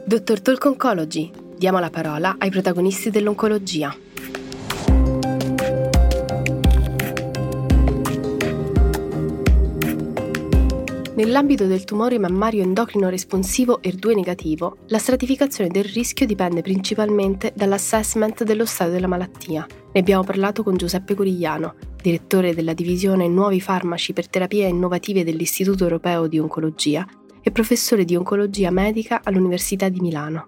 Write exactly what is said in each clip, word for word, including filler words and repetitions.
Dottor Talk Oncology, diamo la parola ai protagonisti dell'oncologia. Nell'ambito del tumore mammario endocrino responsivo E R due negativo, la stratificazione del rischio dipende principalmente dall'assessment dello stadio della malattia. Ne abbiamo parlato con Giuseppe Corigliano, direttore della divisione Nuovi farmaci per terapie innovative dell'Istituto Europeo di Oncologia e professore di oncologia medica all'Università di Milano.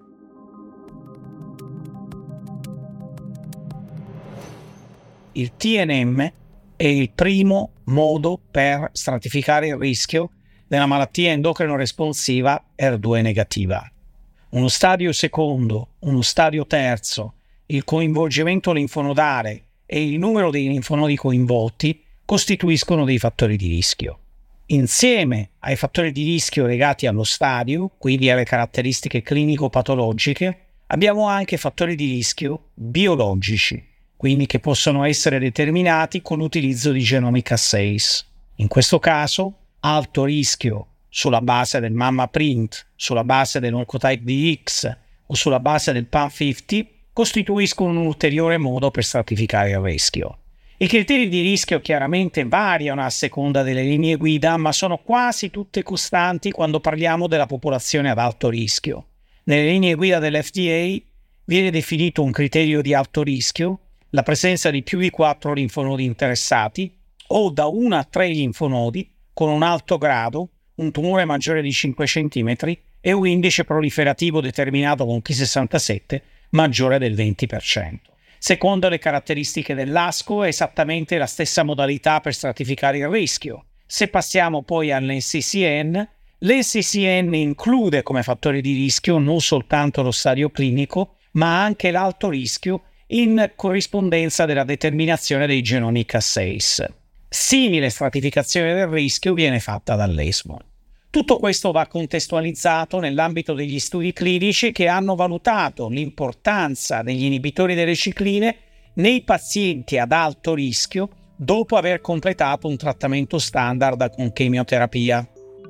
Il T N M è il primo modo per stratificare il rischio della malattia endocrino responsiva E R due negativa. Uno stadio secondo, uno stadio terzo, il coinvolgimento linfonodale e il numero dei linfonodi coinvolti costituiscono dei fattori di rischio. Insieme ai fattori di rischio legati allo stadio, quindi alle caratteristiche clinico-patologiche, abbiamo anche fattori di rischio biologici, quindi che possono essere determinati con l'utilizzo di genomic assays. In questo caso, alto rischio sulla base del MammaPrint, sulla base dell'Oncotype D X o sulla base del P A M cinquanta costituiscono un ulteriore modo per stratificare il rischio. I criteri di rischio chiaramente variano a seconda delle linee guida, ma sono quasi tutte costanti quando parliamo della popolazione ad alto rischio. Nelle linee guida dell'F D A viene definito un criterio di alto rischio la presenza di più di quattro linfonodi interessati o da uno a tre linfonodi con un alto grado, un tumore maggiore di cinque centimetri e un indice proliferativo determinato con Ki sessantasette maggiore del venti per cento. Secondo le caratteristiche dell'ASCO è esattamente la stessa modalità per stratificare il rischio. Se passiamo poi all'N C C N, l'N C C N include come fattore di rischio non soltanto lo stadio clinico, ma anche l'alto rischio in corrispondenza della determinazione dei genomic assays. Simile stratificazione del rischio viene fatta dall'ESMO. Tutto questo va contestualizzato nell'ambito degli studi clinici che hanno valutato l'importanza degli inibitori delle cicline nei pazienti ad alto rischio dopo aver completato un trattamento standard con chemioterapia.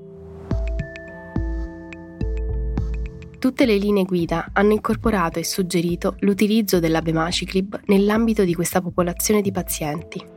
Tutte le linee guida hanno incorporato e suggerito l'utilizzo dell'abemaciclib nell'ambito di questa popolazione di pazienti.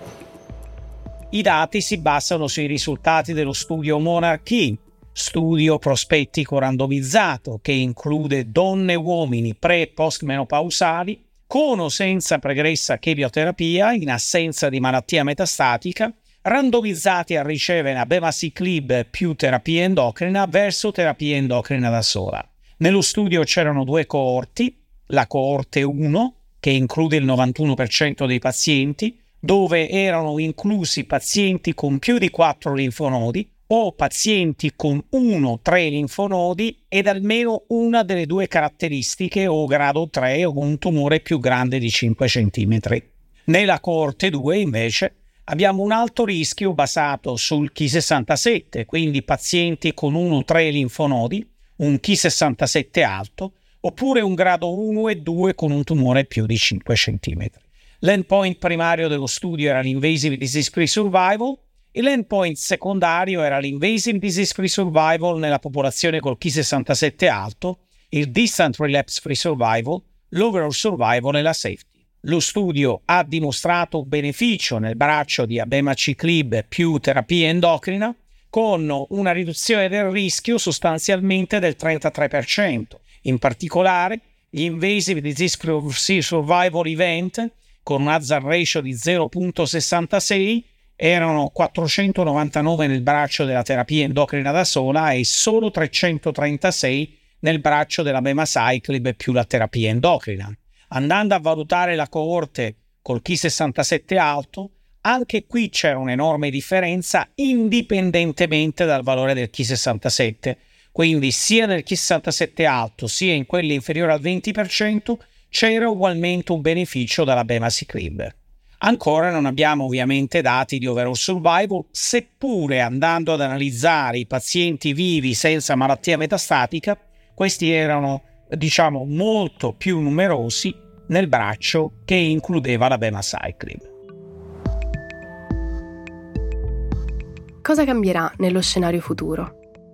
I dati si basano sui risultati dello studio Monarchy, studio prospettico randomizzato che include donne e uomini pre- e postmenopausali con o senza pregressa chemioterapia in assenza di malattia metastatica, randomizzati a ricevere abemaciclib più terapia endocrina verso terapia endocrina da sola. Nello studio c'erano due coorti, la coorte uno, che include il novantuno per cento dei pazienti, dove erano inclusi pazienti con più di quattro linfonodi o pazienti con uno o tre linfonodi ed almeno una delle due caratteristiche o grado tre o un tumore più grande di cinque centimetri. Nella coorte due invece abbiamo un alto rischio basato sul Ki sessantasette, quindi pazienti con uno o tre linfonodi, un Ki sessantasette alto, oppure un grado uno e due con un tumore più di cinque centimetri. L'endpoint primario dello studio era l'Invasive Disease-Free Survival e l'endpoint secondario era l'Invasive Disease-Free Survival nella popolazione col Ki sessantasette alto, il Distant Relapse-Free Survival, l'Overall Survival e la Safety. Lo studio ha dimostrato beneficio nel braccio di abemaciclib più terapia endocrina con una riduzione del rischio sostanzialmente del trentatré per cento. In particolare, gli Invasive Disease-Free Survival Event con un hazard ratio di zero virgola sessantasei, erano quattrocentonovantanove nel braccio della terapia endocrina da sola e solo trecentotrentasei nel braccio dell'abemaciclib più la terapia endocrina. Andando a valutare la coorte col Ki sessantasette alto, anche qui c'era un'enorme differenza indipendentemente dal valore del Ki sessantasette, quindi sia nel Ki sessantasette alto sia in quelli inferiori al venti per cento c'era ugualmente un beneficio dall'abemaciclib. Ancora non abbiamo ovviamente dati di overall survival, seppure andando ad analizzare i pazienti vivi senza malattia metastatica, questi erano, diciamo, molto più numerosi nel braccio che includeva l'abemaciclib. Cosa cambierà nello scenario futuro?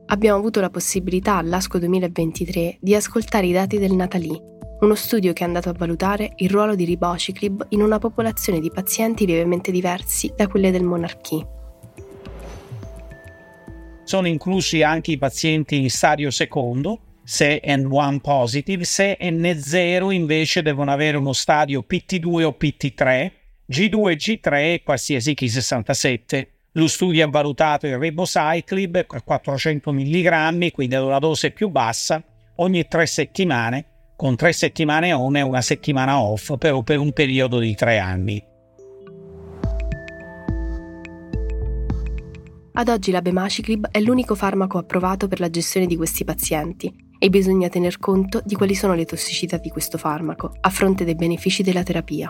abbiamo avuto la possibilità all'ASCO duemilaventitré di ascoltare i dati del Natalì, uno studio che è andato a valutare il ruolo di ribociclib in una popolazione di pazienti lievemente diversi da quelle del Monarchì. Sono inclusi anche i pazienti in stadio secondo, se N uno positive, se N zero invece devono avere uno stadio P T due o P T tre, G due e G tre e qualsiasi Chi sessantasette. Lo studio ha valutato il ribociclib a quattrocento milligrammi, quindi ad una dose più bassa, ogni tre settimane, con tre settimane on e una settimana off per, per un periodo di tre anni. Ad oggi l'abemaciclib è l'unico farmaco approvato per la gestione di questi pazienti e bisogna tener conto di quali sono le tossicità di questo farmaco a fronte dei benefici della terapia.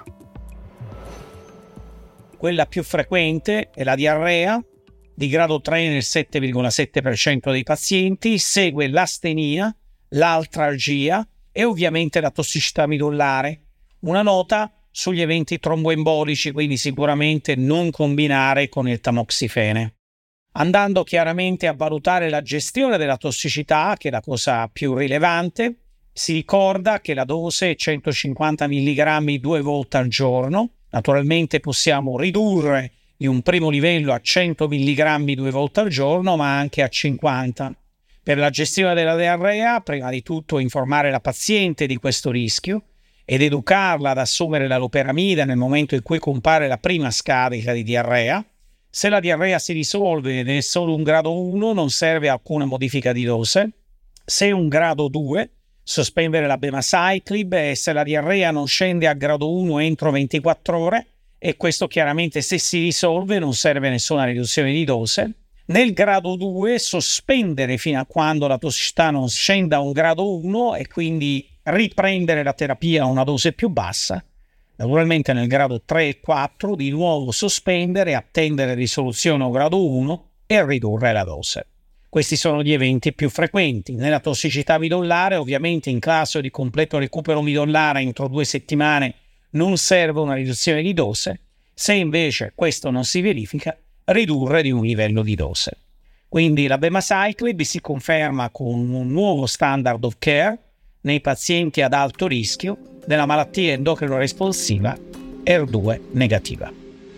Quella più frequente è la diarrea, di grado tre nel sette virgola sette per cento dei pazienti, segue l'astenia, l'artralgia e ovviamente la tossicità midollare. Una nota sugli eventi tromboembolici, quindi sicuramente non combinare con il tamoxifene. Andando chiaramente a valutare la gestione della tossicità, che è la cosa più rilevante, si ricorda che la dose è centocinquanta milligrammi due volte al giorno. Naturalmente possiamo ridurre di un primo livello a cento milligrammi due volte al giorno, ma anche a cinquanta. Per la gestione della diarrea, prima di tutto informare la paziente di questo rischio ed educarla ad assumere la loperamide nel momento in cui compare la prima scarica di diarrea. Se la diarrea si risolve ed è solo un grado uno, non serve alcuna modifica di dose. Se è un grado due, sospendere l'abemaciclib, e se la diarrea non scende a grado uno entro ventiquattro ore, e questo chiaramente se si risolve non serve nessuna riduzione di dose. Nel grado due sospendere fino a quando la tossicità non scenda a un grado uno e quindi riprendere la terapia a una dose più bassa. Naturalmente nel grado tre e quattro di nuovo sospendere, attendere risoluzione a grado uno e ridurre la dose. Questi sono gli eventi più frequenti. Nella tossicità midollare, ovviamente in caso di completo recupero midollare entro due settimane non serve una riduzione di dose. Se invece questo non si verifica, ridurre di un livello di dose. Quindi l'abemaciclib si conferma con un nuovo standard of care nei pazienti ad alto rischio della malattia endocrino responsiva E R due negativa.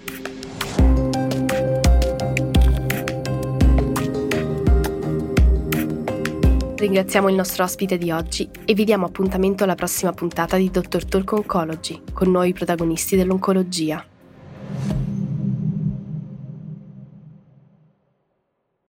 Ringraziamo il nostro ospite di oggi e vi diamo appuntamento alla prossima puntata di Doctor Talk Oncology con nuovi protagonisti dell'oncologia.